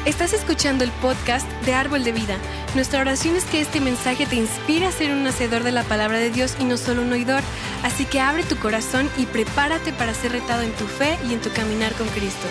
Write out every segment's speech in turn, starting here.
Estás escuchando el podcast de Árbol de Vida. Nuestra oración es que este mensaje te inspire a ser un hacedor de la palabra de Dios y no solo un oidor. Así que abre tu corazón y prepárate para ser retado en tu fe y en tu caminar con Cristo.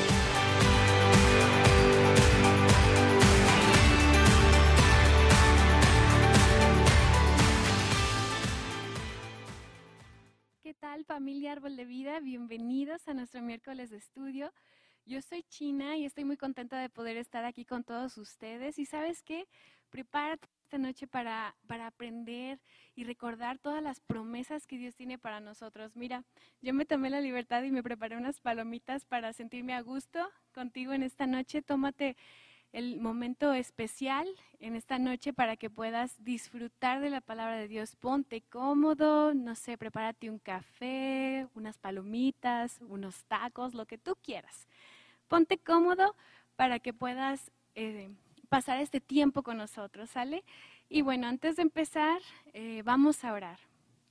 ¿Qué tal, familia Árbol de Vida? Bienvenidos a nuestro miércoles de estudio. Yo soy China y estoy muy contenta de poder estar aquí con todos ustedes. Y ¿sabes qué? Prepárate esta noche para aprender y recordar todas las promesas que Dios tiene para nosotros. Mira, yo me tomé la libertad y me preparé unas palomitas para sentirme a gusto contigo en esta noche. Tómate el momento especial en esta noche para que puedas disfrutar de la palabra de Dios. Ponte cómodo, no sé, prepárate un café, unas palomitas, unos tacos, lo que tú quieras. Ponte cómodo para que puedas pasar este tiempo con nosotros, ¿sale? Y bueno, antes de empezar, vamos a orar.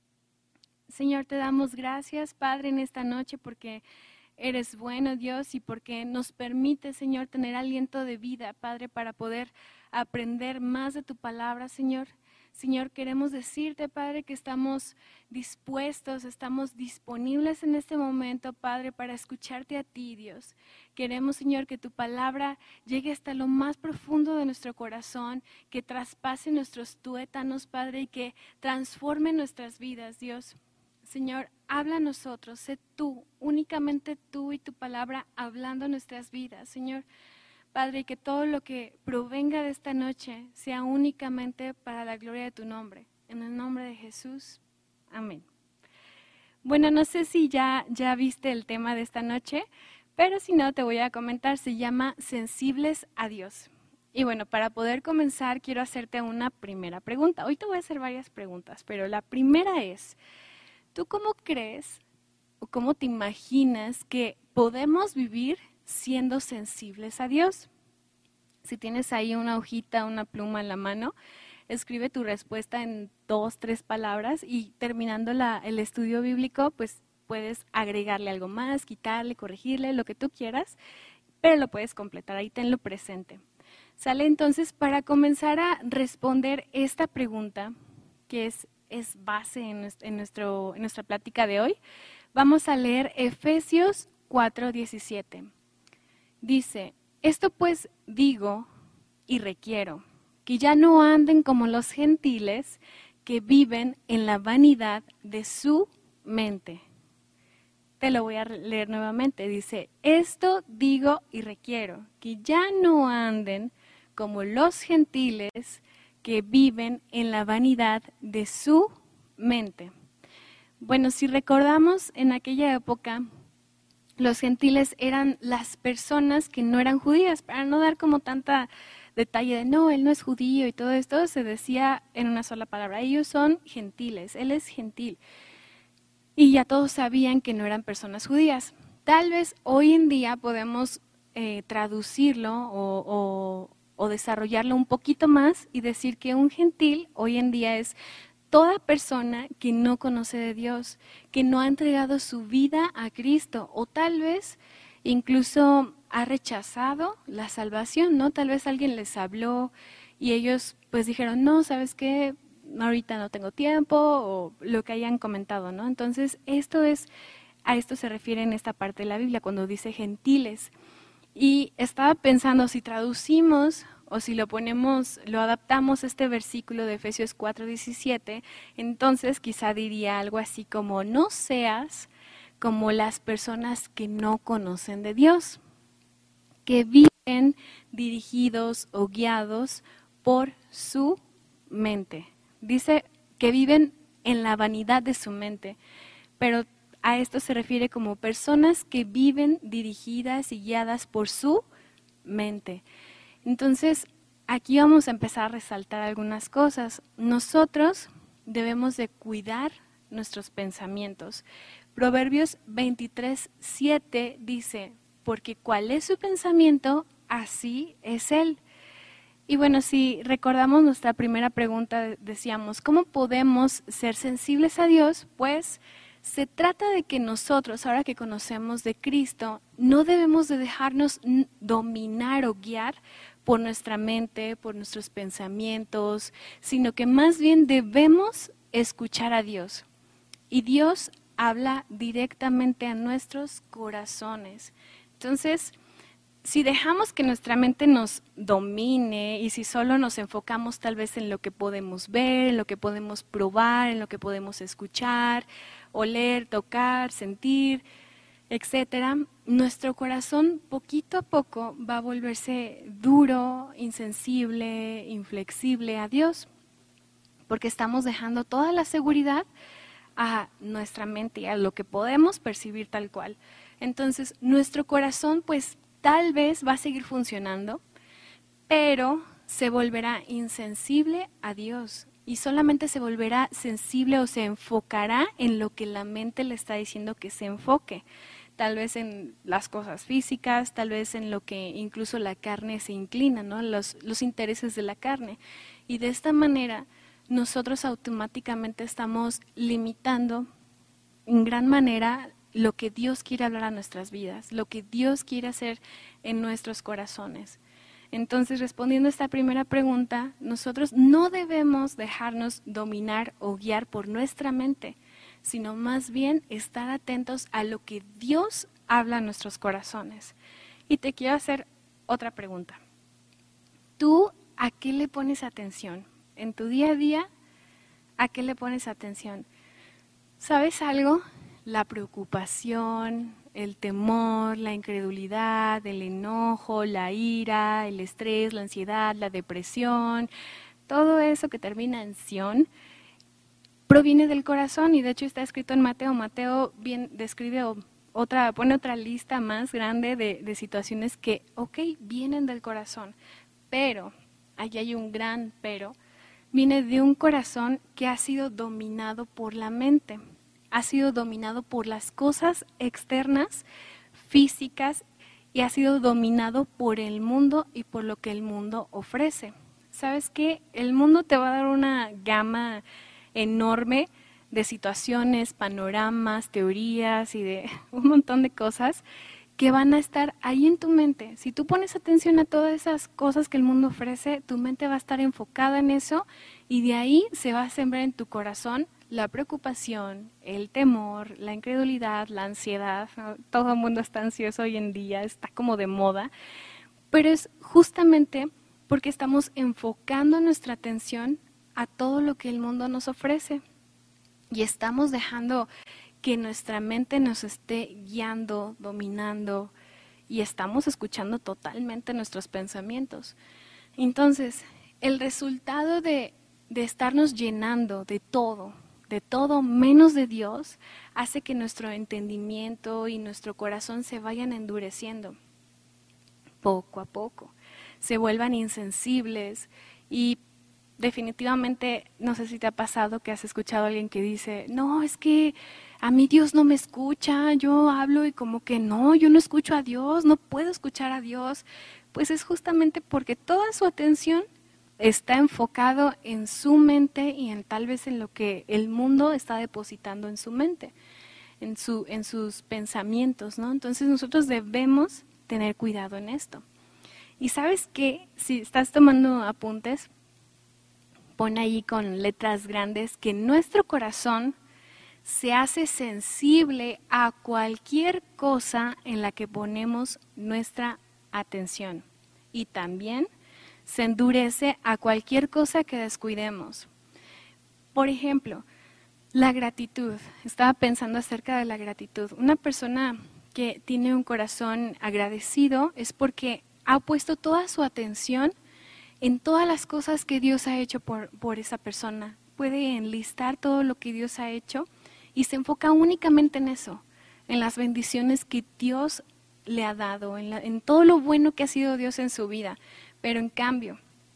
Señor, te damos gracias, Padre, en esta noche porque eres bueno, Dios, y porque nos permite, Señor, tener aliento de vida, Padre, para poder aprender más de tu palabra, Señor. Señor, queremos decirte, Padre, que estamos dispuestos, estamos disponibles en este momento, Padre, para escucharte a ti, Dios. Queremos, Señor, que tu palabra llegue hasta lo más profundo de nuestro corazón, que traspase nuestros tuétanos, Padre, y que transforme nuestras vidas, Dios. Señor, habla a nosotros, sé tú, únicamente tú y tu palabra hablando nuestras vidas, Señor. Padre, que todo lo que provenga de esta noche sea únicamente para la gloria de tu nombre. En el nombre de Jesús, amén. Bueno, no sé si ya viste el tema de esta noche, pero si no, te voy a comentar, se llama Sensibles a Dios. Y bueno, para poder comenzar, quiero hacerte una primera pregunta. Hoy te voy a hacer varias preguntas, pero la primera es, ¿tú cómo crees o cómo te imaginas que podemos vivir siendo sensibles a Dios? Si tienes ahí una hojita, una pluma en la mano, escribe tu respuesta en 2, 3 palabras y terminando el estudio bíblico, pues puedes agregarle algo más, quitarle, corregirle, lo que tú quieras, pero lo puedes completar, ahí tenlo presente. Sale entonces para comenzar a responder esta pregunta, que es base en nuestra plática de hoy, vamos a leer Efesios 4:17. Dice, esto pues digo y requiero, que ya no anden como los gentiles que viven en la vanidad de su mente. Te lo voy a leer nuevamente. Dice, esto digo y requiero, que ya no anden como los gentiles que viven en la vanidad de su mente. Bueno, si recordamos en aquella época, los gentiles eran las personas que no eran judías, para no dar como tanta detalle de no, él no es judío y todo esto, se decía en una sola palabra, ellos son gentiles, él es gentil. Y ya todos sabían que no eran personas judías. Tal vez hoy en día podemos traducirlo o desarrollarlo un poquito más y decir que un gentil hoy en día es toda persona que no conoce de Dios, que no ha entregado su vida a Cristo o tal vez incluso ha rechazado la salvación, ¿no? Tal vez alguien les habló y ellos pues dijeron, no, ¿sabes qué? Ahorita no tengo tiempo o lo que hayan comentado, ¿no? Entonces a esto se refiere en esta parte de la Biblia cuando dice gentiles. Y estaba pensando si traducimos o si lo adaptamos este versículo de Efesios 4:17, entonces quizá diría algo así como, no seas como las personas que no conocen de Dios, que viven dirigidos o guiados por su mente. Dice que viven en la vanidad de su mente, pero a esto se refiere como personas que viven dirigidas y guiadas por su mente. Entonces, aquí vamos a empezar a resaltar algunas cosas. Nosotros debemos de cuidar nuestros pensamientos. Proverbios 23:7 dice, porque cuál es su pensamiento, así es él. Y bueno, si recordamos nuestra primera pregunta, decíamos, ¿cómo podemos ser sensibles a Dios? Pues Se trata de que nosotros, ahora que conocemos de Cristo, no debemos de dejarnos dominar o guiar por nuestra mente, por nuestros pensamientos, sino que más bien debemos escuchar a Dios. Y Dios habla directamente a nuestros corazones. Entonces, si dejamos que nuestra mente nos domine y si solo nos enfocamos tal vez en lo que podemos ver, en lo que podemos probar, en lo que podemos escuchar, oler, tocar, sentir, etcétera, nuestro corazón poquito a poco va a volverse duro, insensible, inflexible a Dios, porque estamos dejando toda la seguridad a nuestra mente y a lo que podemos percibir tal cual. Entonces, nuestro corazón pues tal vez va a seguir funcionando, pero se volverá insensible a Dios y solamente se volverá sensible o se enfocará en lo que la mente le está diciendo que se enfoque. Tal vez en las cosas físicas, tal vez en lo que incluso la carne se inclina, ¿no? Los intereses de la carne. Y de esta manera nosotros automáticamente estamos limitando en gran manera lo que Dios quiere hablar a nuestras vidas, lo que Dios quiere hacer en nuestros corazones. Entonces, respondiendo a esta primera pregunta, nosotros no debemos dejarnos dominar o guiar por nuestra mente, sino más bien estar atentos a lo que Dios habla a nuestros corazones. Y te quiero hacer otra pregunta. ¿Tú a qué le pones atención? En tu día a día, ¿a qué le pones atención? ¿Sabes algo? La preocupación, el temor, la incredulidad, el enojo, la ira, el estrés, la ansiedad, la depresión, todo eso que termina en ción, proviene del corazón y de hecho está escrito en Mateo. Mateo bien describe pone otra lista más grande de situaciones que, vienen del corazón, pero, allí hay un gran pero, viene de un corazón que ha sido dominado por la mente. Ha sido dominado por las cosas externas, físicas, y ha sido dominado por el mundo y por lo que el mundo ofrece. ¿Sabes qué? El mundo te va a dar una gama enorme de situaciones, panoramas, teorías y de un montón de cosas que van a estar ahí en tu mente. Si tú pones atención a todas esas cosas que el mundo ofrece, tu mente va a estar enfocada en eso y de ahí se va a sembrar en tu corazón la preocupación, el temor, la incredulidad, la ansiedad. Todo el mundo está ansioso hoy en día, está como de moda, pero es justamente porque estamos enfocando nuestra atención a todo lo que el mundo nos ofrece y estamos dejando que nuestra mente nos esté guiando, dominando y estamos escuchando totalmente nuestros pensamientos. Entonces, el resultado de estarnos llenando de todo menos de Dios, hace que nuestro entendimiento y nuestro corazón se vayan endureciendo poco a poco, se vuelvan insensibles y definitivamente, no sé si te ha pasado que has escuchado a alguien que dice, no, es que a mí Dios no me escucha, yo hablo y como que no, yo no escucho a Dios, no puedo escuchar a Dios. Pues es justamente porque toda su atención está enfocado en su mente y en tal vez en lo que el mundo está depositando en su mente, en sus pensamientos, ¿no? Entonces nosotros debemos tener cuidado en esto. Y sabes que si estás tomando apuntes, pon ahí con letras grandes que nuestro corazón se hace sensible a cualquier cosa en la que ponemos nuestra atención. Y también se endurece a cualquier cosa que descuidemos. Por ejemplo, la gratitud. Estaba pensando acerca de la gratitud. Una persona que tiene un corazón agradecido es porque ha puesto toda su atención en todas las cosas que Dios ha hecho por esa persona. Puede enlistar todo lo que Dios ha hecho y se enfoca únicamente en eso, en las bendiciones que Dios le ha dado, en todo lo bueno que ha sido Dios en su vida. Pero en cambio,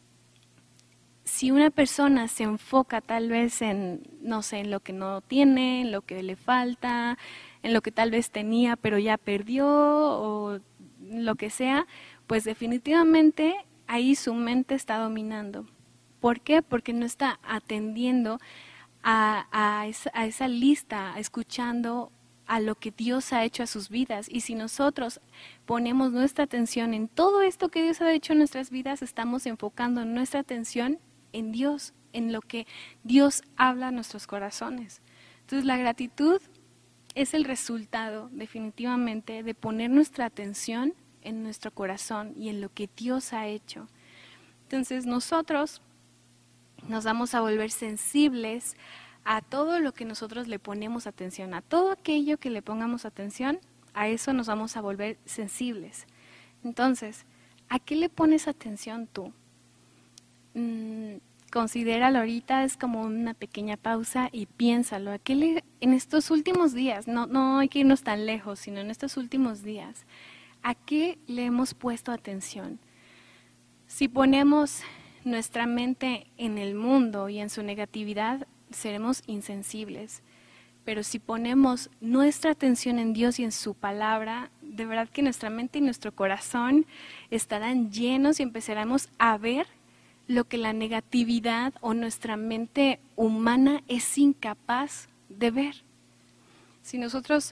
si una persona se enfoca tal vez en, no sé, en lo que no tiene, en lo que le falta, en lo que tal vez tenía pero ya perdió o lo que sea, pues definitivamente ahí su mente está dominando. ¿Por qué? Porque no está atendiendo a esa lista, escuchando a lo que Dios ha hecho a sus vidas. Y si nosotros ponemos nuestra atención en todo esto que Dios ha hecho en nuestras vidas, estamos enfocando nuestra atención en Dios, en lo que Dios habla a nuestros corazones. Entonces la gratitud es el resultado definitivamente de poner nuestra atención en nuestro corazón y en lo que Dios ha hecho. Entonces nosotros nos vamos a volver sensibles a todo lo que nosotros le ponemos atención, a todo aquello que le pongamos atención, a eso nos vamos a volver sensibles. Entonces, ¿a qué le pones atención tú? Considéralo ahorita, es como una pequeña pausa y piénsalo. ¿A qué en estos últimos días, no hay que irnos tan lejos, sino en estos últimos días, ¿a qué le hemos puesto atención? Si ponemos nuestra mente en el mundo y en su negatividad, seremos insensibles. Pero si ponemos nuestra atención en Dios y en su palabra, de verdad que nuestra mente y nuestro corazón estarán llenos y empezaremos a ver lo que la negatividad o nuestra mente humana es incapaz de ver. Si nosotros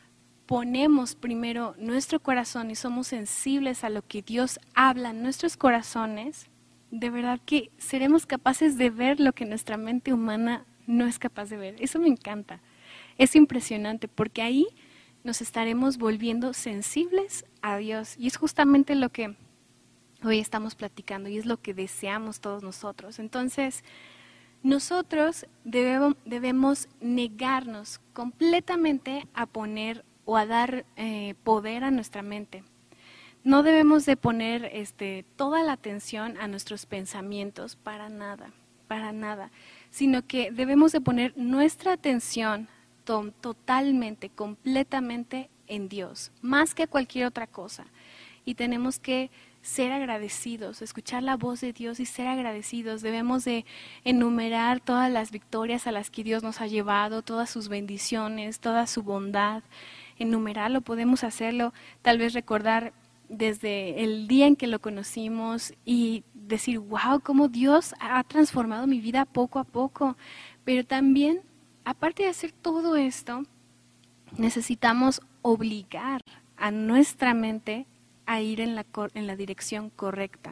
ponemos primero nuestro corazón y somos sensibles a lo que Dios habla en nuestros corazones, de verdad que seremos capaces de ver lo que nuestra mente humana no es capaz de ver. Eso me encanta. Es impresionante porque ahí nos estaremos volviendo sensibles a Dios. Y es justamente lo que hoy estamos platicando y es lo que deseamos todos nosotros. Entonces, nosotros debemos negarnos completamente a poner o a dar poder a nuestra mente. No debemos de poner toda la atención a nuestros pensamientos, para nada, sino que debemos de poner nuestra atención totalmente, completamente en Dios, más que cualquier otra cosa. Y tenemos que ser agradecidos, escuchar la voz de Dios y ser agradecidos. Debemos de enumerar todas las victorias a las que Dios nos ha llevado, todas sus bendiciones, toda su bondad. Enumerarlo, podemos hacerlo, tal vez recordar desde el día en que lo conocimos y decir, wow, cómo Dios ha transformado mi vida poco a poco. Pero también, aparte de hacer todo esto, necesitamos obligar a nuestra mente a ir en la dirección correcta.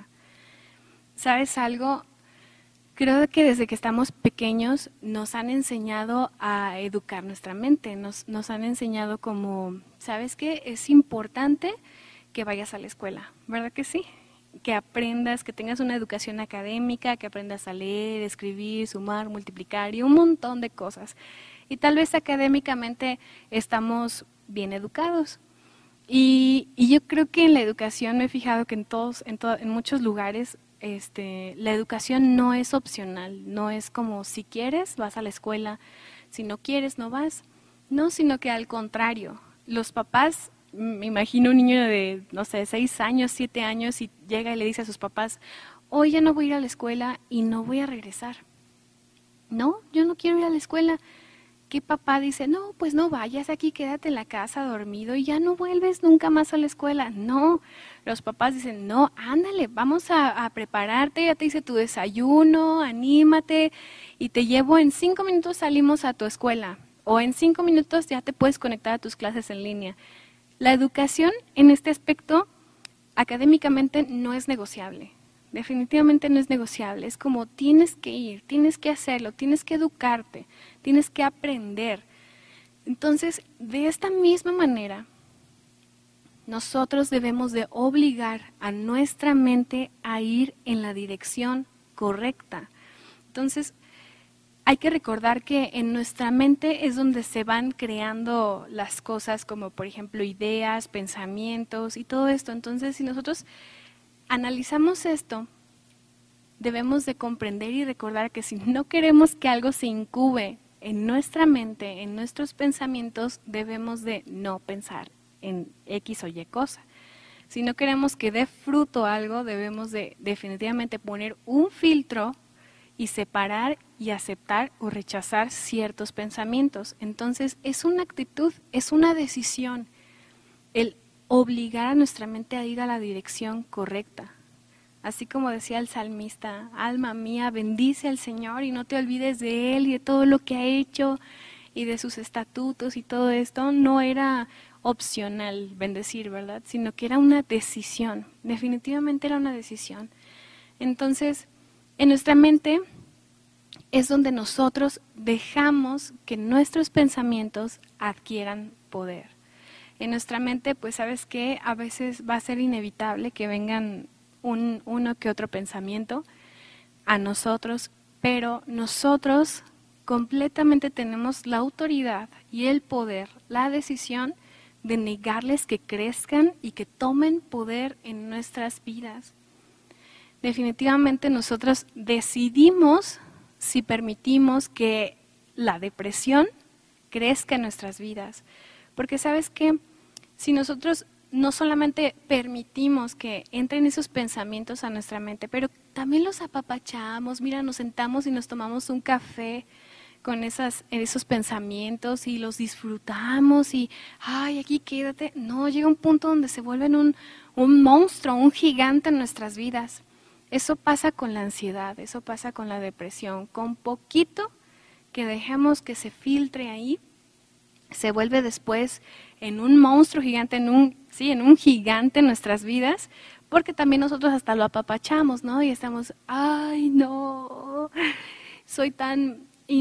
¿Sabes algo? Creo que desde que estamos pequeños nos han enseñado a educar nuestra mente, nos han enseñado como, ¿sabes qué? Es importante que vayas a la escuela, ¿verdad que sí? Que aprendas, que tengas una educación académica, que aprendas a leer, escribir, sumar, multiplicar y un montón de cosas. Y tal vez académicamente estamos bien educados. Y yo creo que en la educación me he fijado que en muchos lugares la educación no es opcional, no es como si quieres vas a la escuela, si no quieres no vas. No, sino que al contrario, los papás, me imagino un niño de, 6 años, 7 años y llega y le dice a sus papás, hoy ya no voy a ir a la escuela y no voy a regresar. No, yo no quiero ir a la escuela. ¿Qué papá dice? No, pues no vayas aquí, quédate en la casa dormido y ya no vuelves nunca más a la escuela. No, los papás dicen, no, ándale, vamos a prepararte, ya te hice tu desayuno, anímate y te llevo en 5 minutos salimos a tu escuela o en 5 minutos ya te puedes conectar a tus clases en línea. La educación en este aspecto académicamente no es negociable. Definitivamente no es negociable, es como tienes que ir, tienes que hacerlo, tienes que educarte, tienes que aprender. Entonces, de esta misma manera, nosotros debemos de obligar a nuestra mente a ir en la dirección correcta. Entonces, hay que recordar que en nuestra mente es donde se van creando las cosas como, por ejemplo, ideas, pensamientos y todo esto. Entonces, si nosotros analizamos esto, debemos de comprender y recordar que si no queremos que algo se incube en nuestra mente, en nuestros pensamientos, debemos de no pensar en X o Y cosa. Si no queremos que dé fruto algo, debemos de definitivamente poner un filtro y separar y aceptar o rechazar ciertos pensamientos. Entonces, es una actitud, es una decisión, el obligar a nuestra mente a ir a la dirección correcta, Así como decía el salmista, alma mía, bendice al Señor y no te olvides de Él y de todo lo que ha hecho y de sus estatutos y todo esto. No era opcional bendecir, ¿verdad? Sino que era una decisión, definitivamente era una decisión. Entonces, en nuestra mente es donde nosotros dejamos que nuestros pensamientos adquieran poder. En nuestra mente, pues sabes que a veces va a ser inevitable que vengan uno que otro pensamiento a nosotros, pero nosotros completamente tenemos la autoridad y el poder, la decisión de negarles que crezcan y que tomen poder en nuestras vidas. Definitivamente nosotros decidimos si permitimos que la depresión crezca en nuestras vidas. Porque sabes que si nosotros no solamente permitimos que entren esos pensamientos a nuestra mente, pero también los apapachamos, mira, nos sentamos y nos tomamos un café con esos pensamientos y los disfrutamos y, ay, aquí quédate. No, llega un punto donde se vuelven un monstruo, un gigante en nuestras vidas. Eso pasa con la ansiedad, eso pasa con la depresión. Con poquito que dejemos que se filtre ahí, se vuelve después en un monstruo gigante, en un gigante en nuestras vidas, porque también nosotros hasta lo apapachamos, ¿no? Y estamos, ay, no, soy tan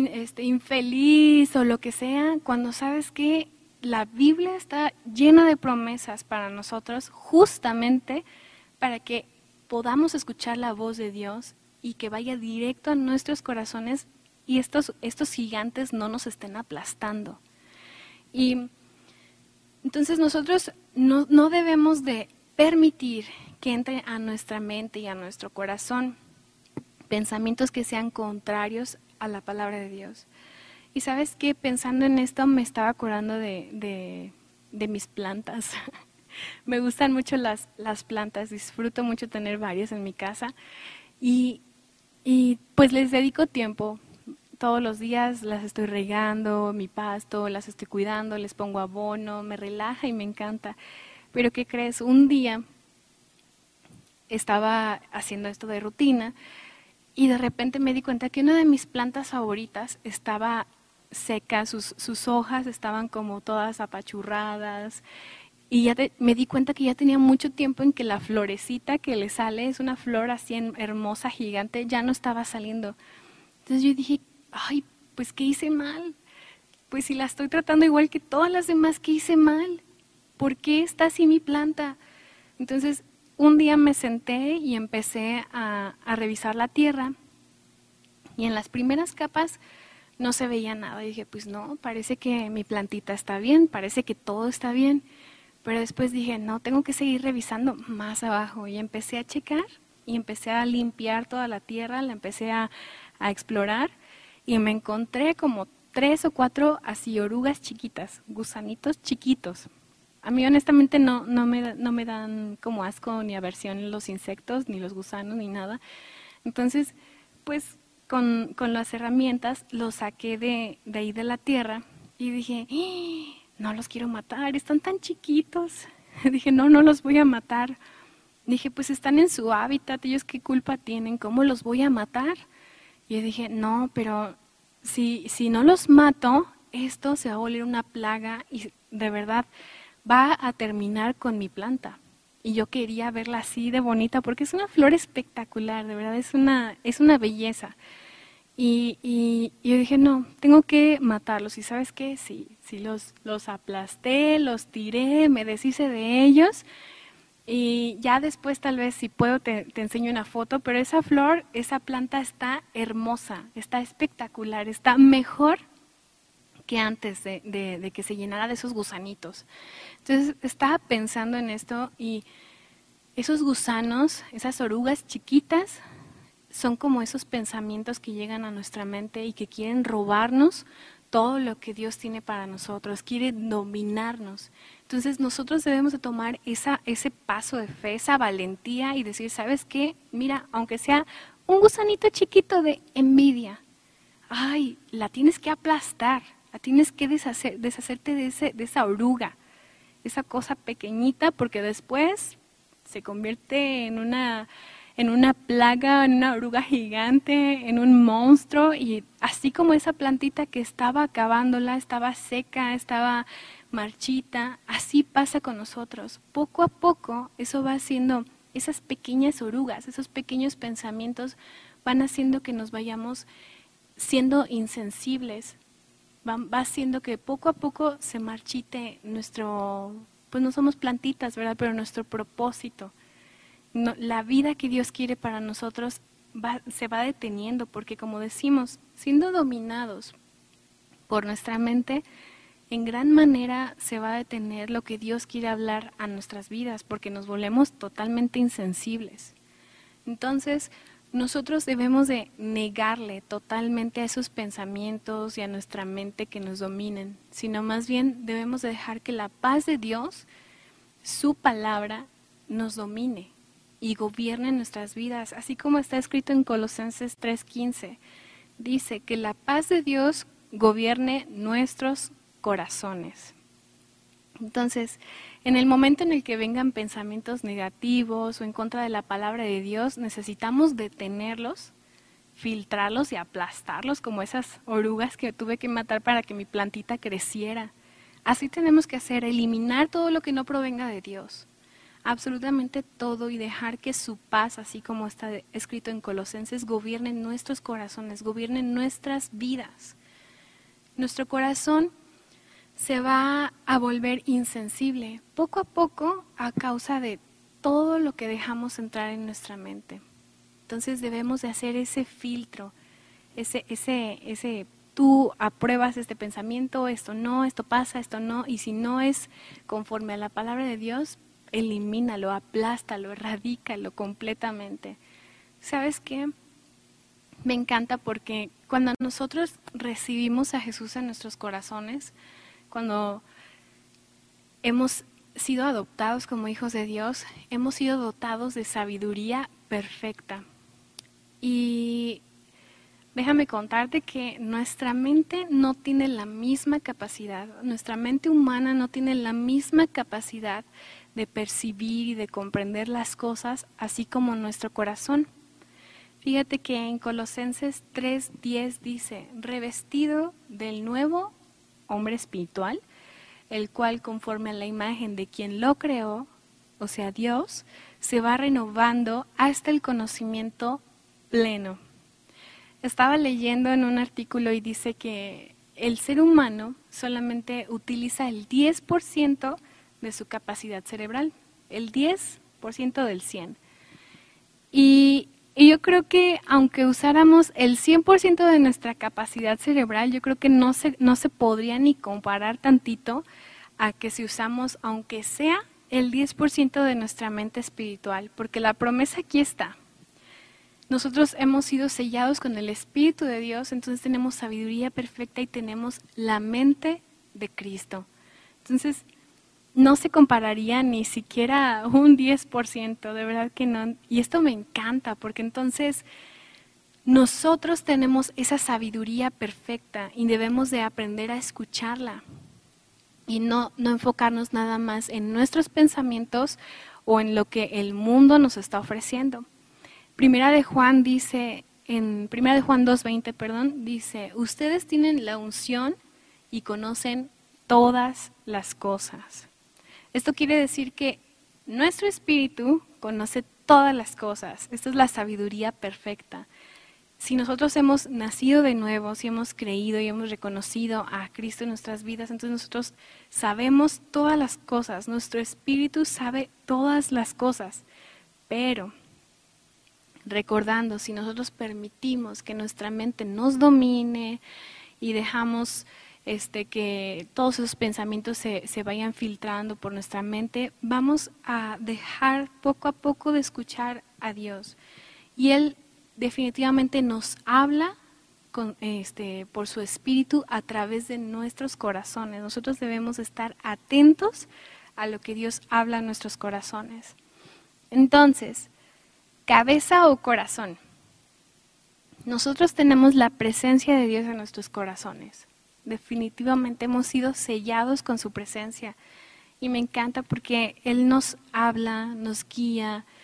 infeliz o lo que sea, cuando sabes que la Biblia está llena de promesas para nosotros, justamente para que podamos escuchar la voz de Dios y que vaya directo a nuestros corazones y estos gigantes no nos estén aplastando. Y entonces nosotros no debemos de permitir que entre a nuestra mente y a nuestro corazón pensamientos que sean contrarios a la palabra de Dios. Y sabes que pensando en esto me estaba acordando de mis plantas. Me gustan mucho las plantas, disfruto mucho tener varias en mi casa y pues les dedico tiempo. Todos los días las estoy regando, mi pasto, las estoy cuidando, les pongo abono, me relaja y me encanta. Pero ¿qué crees? Un día estaba haciendo esto de rutina y de repente me di cuenta que una de mis plantas favoritas estaba seca, sus hojas estaban como todas apachurradas y me di cuenta que ya tenía mucho tiempo en que la florecita que le sale, es una flor así hermosa, gigante, ya no estaba saliendo. Entonces yo dije, ay, pues ¿qué hice mal? Pues si la estoy tratando igual que todas las demás, ¿qué hice mal? ¿Por qué está así mi planta? Entonces un día me senté y empecé a revisar la tierra y en las primeras capas no se veía nada. Y dije, pues no, parece que mi plantita está bien, parece que todo está bien. Pero después dije, no, tengo que seguir revisando más abajo. Y empecé a checar y empecé a limpiar toda la tierra, la empecé a explorar y me encontré como 3 o 4 así orugas chiquitas, gusanitos chiquitos. A mí honestamente no me dan como asco ni aversión los insectos, ni los gusanos, ni nada. Entonces, pues con las herramientas los saqué de ahí de la tierra y dije, no los quiero matar, están tan chiquitos. Dije, no los voy a matar. Dije, pues están en su hábitat, ellos qué culpa tienen, ¿cómo los voy a matar? Y dije, no, pero si no los mato, esto se va a volver una plaga y de verdad va a terminar con mi planta. Y yo quería verla así de bonita porque es una flor espectacular, de verdad es una belleza. Y yo dije, no, tengo que matarlos. ¿Y sabes qué? Sí, los aplasté, los tiré, me deshice de ellos. Y ya después tal vez si puedo te enseño una foto, pero esa flor, esa planta está hermosa, está espectacular, está mejor que antes de que se llenara de esos gusanitos. Entonces estaba pensando en esto y esos gusanos, esas orugas chiquitas, son como esos pensamientos que llegan a nuestra mente y que quieren robarnos todo lo que Dios tiene para nosotros, quieren dominarnos. Entonces nosotros debemos de tomar ese paso de fe, esa valentía y decir, ¿sabes qué? Mira, aunque sea un gusanito chiquito de envidia, ay, la tienes que aplastar, la tienes que deshacerte de esa oruga, esa cosa pequeñita, porque después se convierte en en una plaga, en una oruga gigante, en un monstruo, y así como esa plantita que estaba acabándola, estaba seca, estaba marchita, así pasa con nosotros. Poco a poco eso va haciendo, esas pequeñas orugas, esos pequeños pensamientos van haciendo que nos vayamos siendo insensibles, va haciendo que poco a poco se marchite nuestro, pues no somos plantitas, ¿verdad? Pero nuestro propósito. No, la vida que Dios quiere para nosotros se va deteniendo, porque como decimos, siendo dominados por nuestra mente, en gran manera se va a detener lo que Dios quiere hablar a nuestras vidas, porque nos volvemos totalmente insensibles. Entonces, nosotros debemos de negarle totalmente a esos pensamientos y a nuestra mente que nos dominen, sino más bien debemos de dejar que la paz de Dios, su palabra, nos domine y gobierne nuestras vidas, así como está escrito en Colosenses 3:15. Dice que la paz de Dios gobierne nuestros corazones. Entonces, en el momento en el que vengan pensamientos negativos o en contra de la palabra de Dios, necesitamos detenerlos, filtrarlos y aplastarlos como esas orugas que tuve que matar para que mi plantita creciera. Así tenemos que hacer, eliminar todo lo que no provenga de Dios. Absolutamente todo, y dejar que su paz, así como está escrito en Colosenses, gobierne nuestros corazones, gobierne nuestras vidas. Nuestro corazón se va a volver insensible poco a poco a causa de todo lo que dejamos entrar en nuestra mente. Entonces debemos de hacer ese filtro, ese tú apruebas este pensamiento, esto no, esto pasa, esto no, y si no es conforme a la palabra de Dios, elimínalo, aplástalo, erradícalo completamente. ¿Sabes qué? Me encanta porque cuando nosotros recibimos a Jesús en nuestros corazones, cuando hemos sido adoptados como hijos de Dios, hemos sido dotados de sabiduría perfecta. Y déjame contarte que nuestra mente no tiene la misma capacidad, nuestra mente humana no tiene la misma capacidad de percibir y de comprender las cosas, así como nuestro corazón. Fíjate que en Colosenses 3:10 dice, revestido del nuevo hombre espiritual, el cual conforme a la imagen de quien lo creó, o sea Dios, se va renovando hasta el conocimiento pleno. Estaba leyendo en un artículo y dice que el ser humano solamente utiliza el 10% de su capacidad cerebral, el 10% del 100%. Y yo creo que aunque usáramos el 100% de nuestra capacidad cerebral, yo creo que no se podría ni comparar tantito a que si usamos, aunque sea el 10% de nuestra mente espiritual, porque la promesa aquí está. Nosotros hemos sido sellados con el Espíritu de Dios, entonces tenemos sabiduría perfecta y tenemos la mente de Cristo. Entonces, no se compararía ni siquiera un 10%, de verdad que no. Y esto me encanta, porque entonces nosotros tenemos esa sabiduría perfecta y debemos de aprender a escucharla y no enfocarnos nada más en nuestros pensamientos o en lo que el mundo nos está ofreciendo. Primera de Juan 2:20, dice, ustedes tienen la unción y conocen todas las cosas. Esto quiere decir que nuestro espíritu conoce todas las cosas. Esta es la sabiduría perfecta. Si nosotros hemos nacido de nuevo, si hemos creído y hemos reconocido a Cristo en nuestras vidas, entonces nosotros sabemos todas las cosas. Nuestro espíritu sabe todas las cosas. Pero, recordando, si nosotros permitimos que nuestra mente nos domine y dejamos que todos esos pensamientos se vayan filtrando por nuestra mente, vamos a dejar poco a poco de escuchar a Dios. Y Él definitivamente nos habla por su Espíritu a través de nuestros corazones. Nosotros debemos estar atentos a lo que Dios habla en nuestros corazones. Entonces, cabeza o corazón. Nosotros tenemos la presencia de Dios en nuestros corazones. Definitivamente hemos sido sellados con su presencia y me encanta porque Él nos habla, nos guía,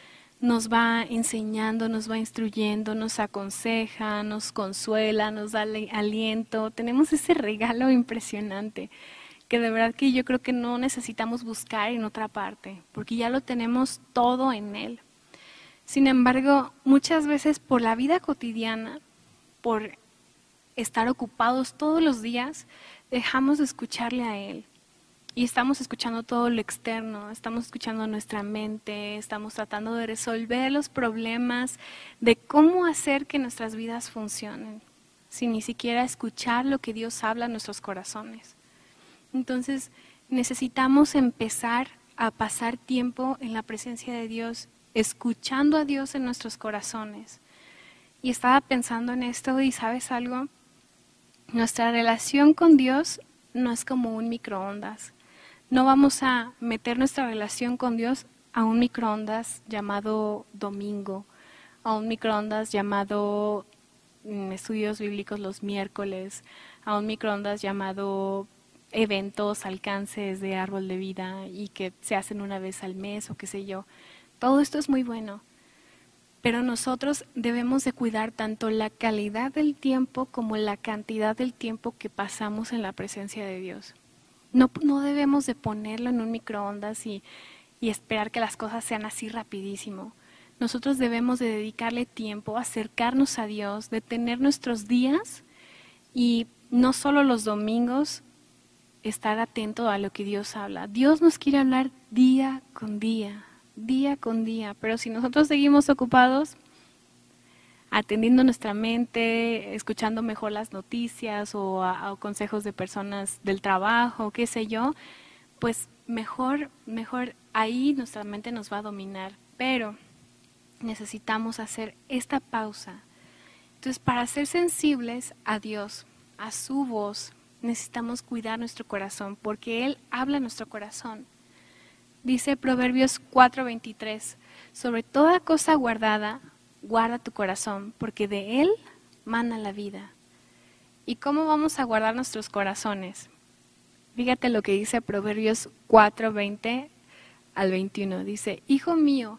nos va enseñando, nos va instruyendo, nos aconseja, nos consuela, nos da aliento. Tenemos ese regalo impresionante que de verdad que yo creo que no necesitamos buscar en otra parte, porque ya lo tenemos todo en Él. Sin embargo, muchas veces por la vida cotidiana, por estar ocupados todos los días, dejamos de escucharle a Él. Y estamos escuchando todo lo externo, estamos escuchando nuestra mente, estamos tratando de resolver los problemas de cómo hacer que nuestras vidas funcionen, sin ni siquiera escuchar lo que Dios habla en nuestros corazones. Entonces, necesitamos empezar a pasar tiempo en la presencia de Dios, escuchando a Dios en nuestros corazones. Y estaba pensando en esto y ¿sabes algo? Nuestra relación con Dios no es como un microondas. No vamos a meter nuestra relación con Dios a un microondas llamado domingo, a un microondas llamado estudios bíblicos los miércoles, a un microondas llamado eventos, alcances de árbol de vida y que se hacen una vez al mes o qué sé yo. Todo esto es muy bueno, pero nosotros debemos de cuidar tanto la calidad del tiempo como la cantidad del tiempo que pasamos en la presencia de Dios. No debemos de ponerlo en un microondas y esperar que las cosas sean así rapidísimo. Nosotros debemos de dedicarle tiempo, acercarnos a Dios, de tener nuestros días y no solo los domingos, estar atento a lo que Dios habla. Dios nos quiere hablar día con día, pero si nosotros seguimos ocupados, atendiendo nuestra mente, escuchando mejor las noticias o a consejos de personas del trabajo, qué sé yo, pues mejor ahí nuestra mente nos va a dominar. Pero necesitamos hacer esta pausa. Entonces, para ser sensibles a Dios, a su voz, necesitamos cuidar nuestro corazón, porque Él habla en nuestro corazón. Dice Proverbios 4:23, sobre toda cosa guardada, guarda tu corazón, porque de él mana la vida. ¿Y cómo vamos a guardar nuestros corazones? Fíjate lo que dice Proverbios 4:20 al 21. Dice, hijo mío,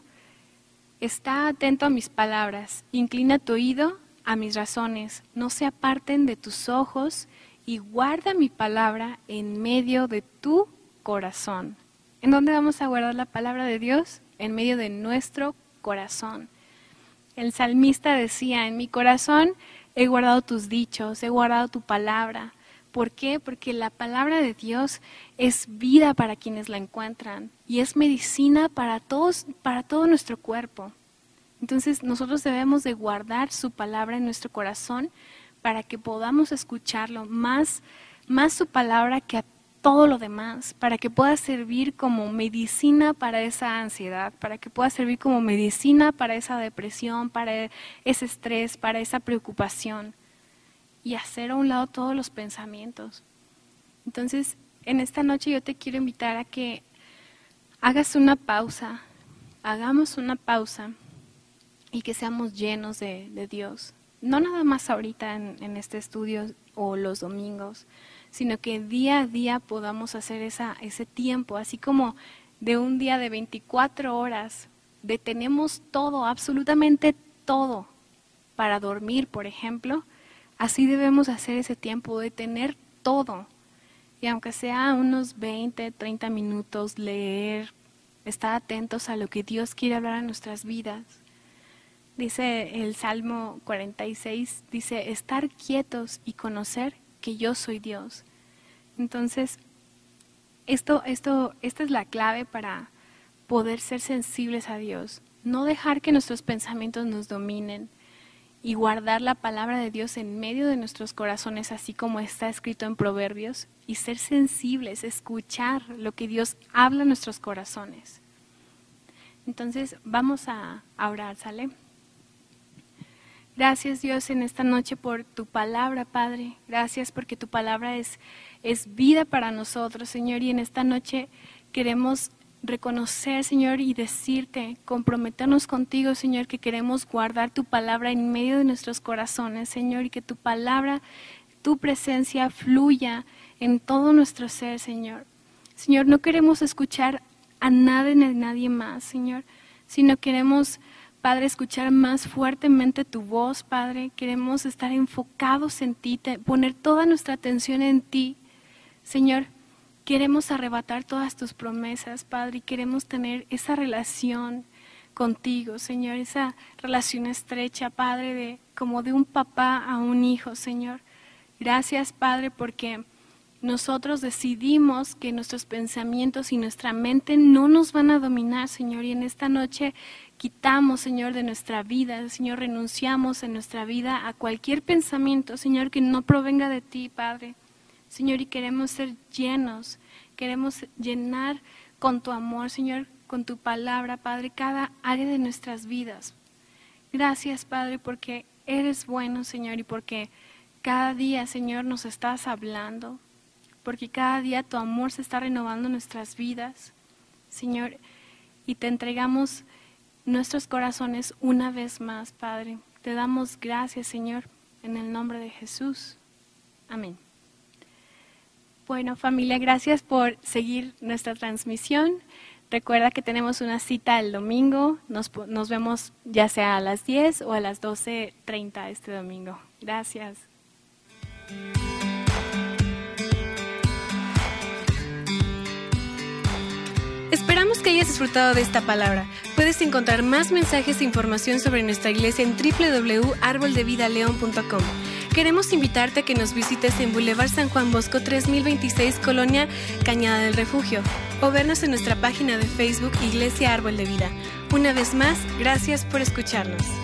está atento a mis palabras, inclina tu oído a mis razones, no se aparten de tus ojos y guarda mi palabra en medio de tu corazón. ¿En dónde vamos a guardar la palabra de Dios? En medio de nuestro corazón. El salmista decía, en mi corazón he guardado tus dichos, he guardado tu palabra. ¿Por qué? Porque la palabra de Dios es vida para quienes la encuentran y es medicina para todo nuestro cuerpo. Entonces nosotros debemos de guardar su palabra en nuestro corazón para que podamos escucharlo, más su palabra que a todo lo demás, para que pueda servir como medicina para esa ansiedad, para que pueda servir como medicina para esa depresión, para ese estrés, para esa preocupación y hacer a un lado todos los pensamientos. Entonces, en esta noche yo te quiero invitar a que hagas una pausa, hagamos una pausa y que seamos llenos de Dios. No nada más ahorita en este estudio o los domingos, sino que día a día podamos hacer ese tiempo, así como de un día de 24 horas, detenemos todo, absolutamente todo, para dormir, por ejemplo, así debemos hacer ese tiempo, detener todo, y aunque sea unos 20, 30 minutos, leer, estar atentos a lo que Dios quiere hablar en nuestras vidas. Dice el Salmo 46, dice, estar quietos y conocer que yo soy Dios. Entonces, esta es la clave para poder ser sensibles a Dios. No dejar que nuestros pensamientos nos dominen y guardar la palabra de Dios en medio de nuestros corazones, así como está escrito en Proverbios, y ser sensibles, escuchar lo que Dios habla en nuestros corazones. Entonces, vamos a orar, ¿sale? Gracias, Dios, en esta noche por tu palabra, Padre. Gracias porque tu palabra es vida para nosotros, Señor. Y en esta noche queremos reconocer, Señor, y decirte, comprometernos contigo, Señor, que queremos guardar tu palabra en medio de nuestros corazones, Señor, y que tu palabra, tu presencia fluya en todo nuestro ser, Señor. Señor, no queremos escuchar a nada ni a nadie más, Señor. sino queremos, Padre, escuchar más fuertemente tu voz, Padre. Queremos estar enfocados en ti, poner toda nuestra atención en ti. Señor, queremos arrebatar todas tus promesas, Padre, y queremos tener esa relación contigo, Señor, esa relación estrecha, Padre, como de un papá a un hijo, Señor. Gracias, Padre, porque nosotros decidimos que nuestros pensamientos y nuestra mente no nos van a dominar, Señor, y en esta noche quitamos, Señor, de nuestra vida, Señor, renunciamos en nuestra vida a cualquier pensamiento, Señor, que no provenga de ti, Padre. Señor, y queremos ser llenos, queremos llenar con tu amor, Señor, con tu palabra, Padre, cada área de nuestras vidas. Gracias, Padre, porque eres bueno, Señor, y porque cada día, Señor, nos estás hablando, porque cada día tu amor se está renovando en nuestras vidas, Señor, y te entregamos nuestros corazones una vez más, Padre. Te damos gracias, Señor, en el nombre de Jesús. Amén. Bueno, familia, gracias por seguir nuestra transmisión. Recuerda que tenemos una cita el domingo. Nos vemos ya sea a las 10 o a las 12:30 este domingo. Gracias. Esperamos que hayas disfrutado de esta palabra. Puedes encontrar más mensajes e información sobre nuestra iglesia en www.arboldevidaleon.com. Queremos invitarte a que nos visites en Boulevard San Juan Bosco 3026, Colonia Cañada del Refugio, o vernos en nuestra página de Facebook Iglesia Árbol de Vida. Una vez más, gracias por escucharnos.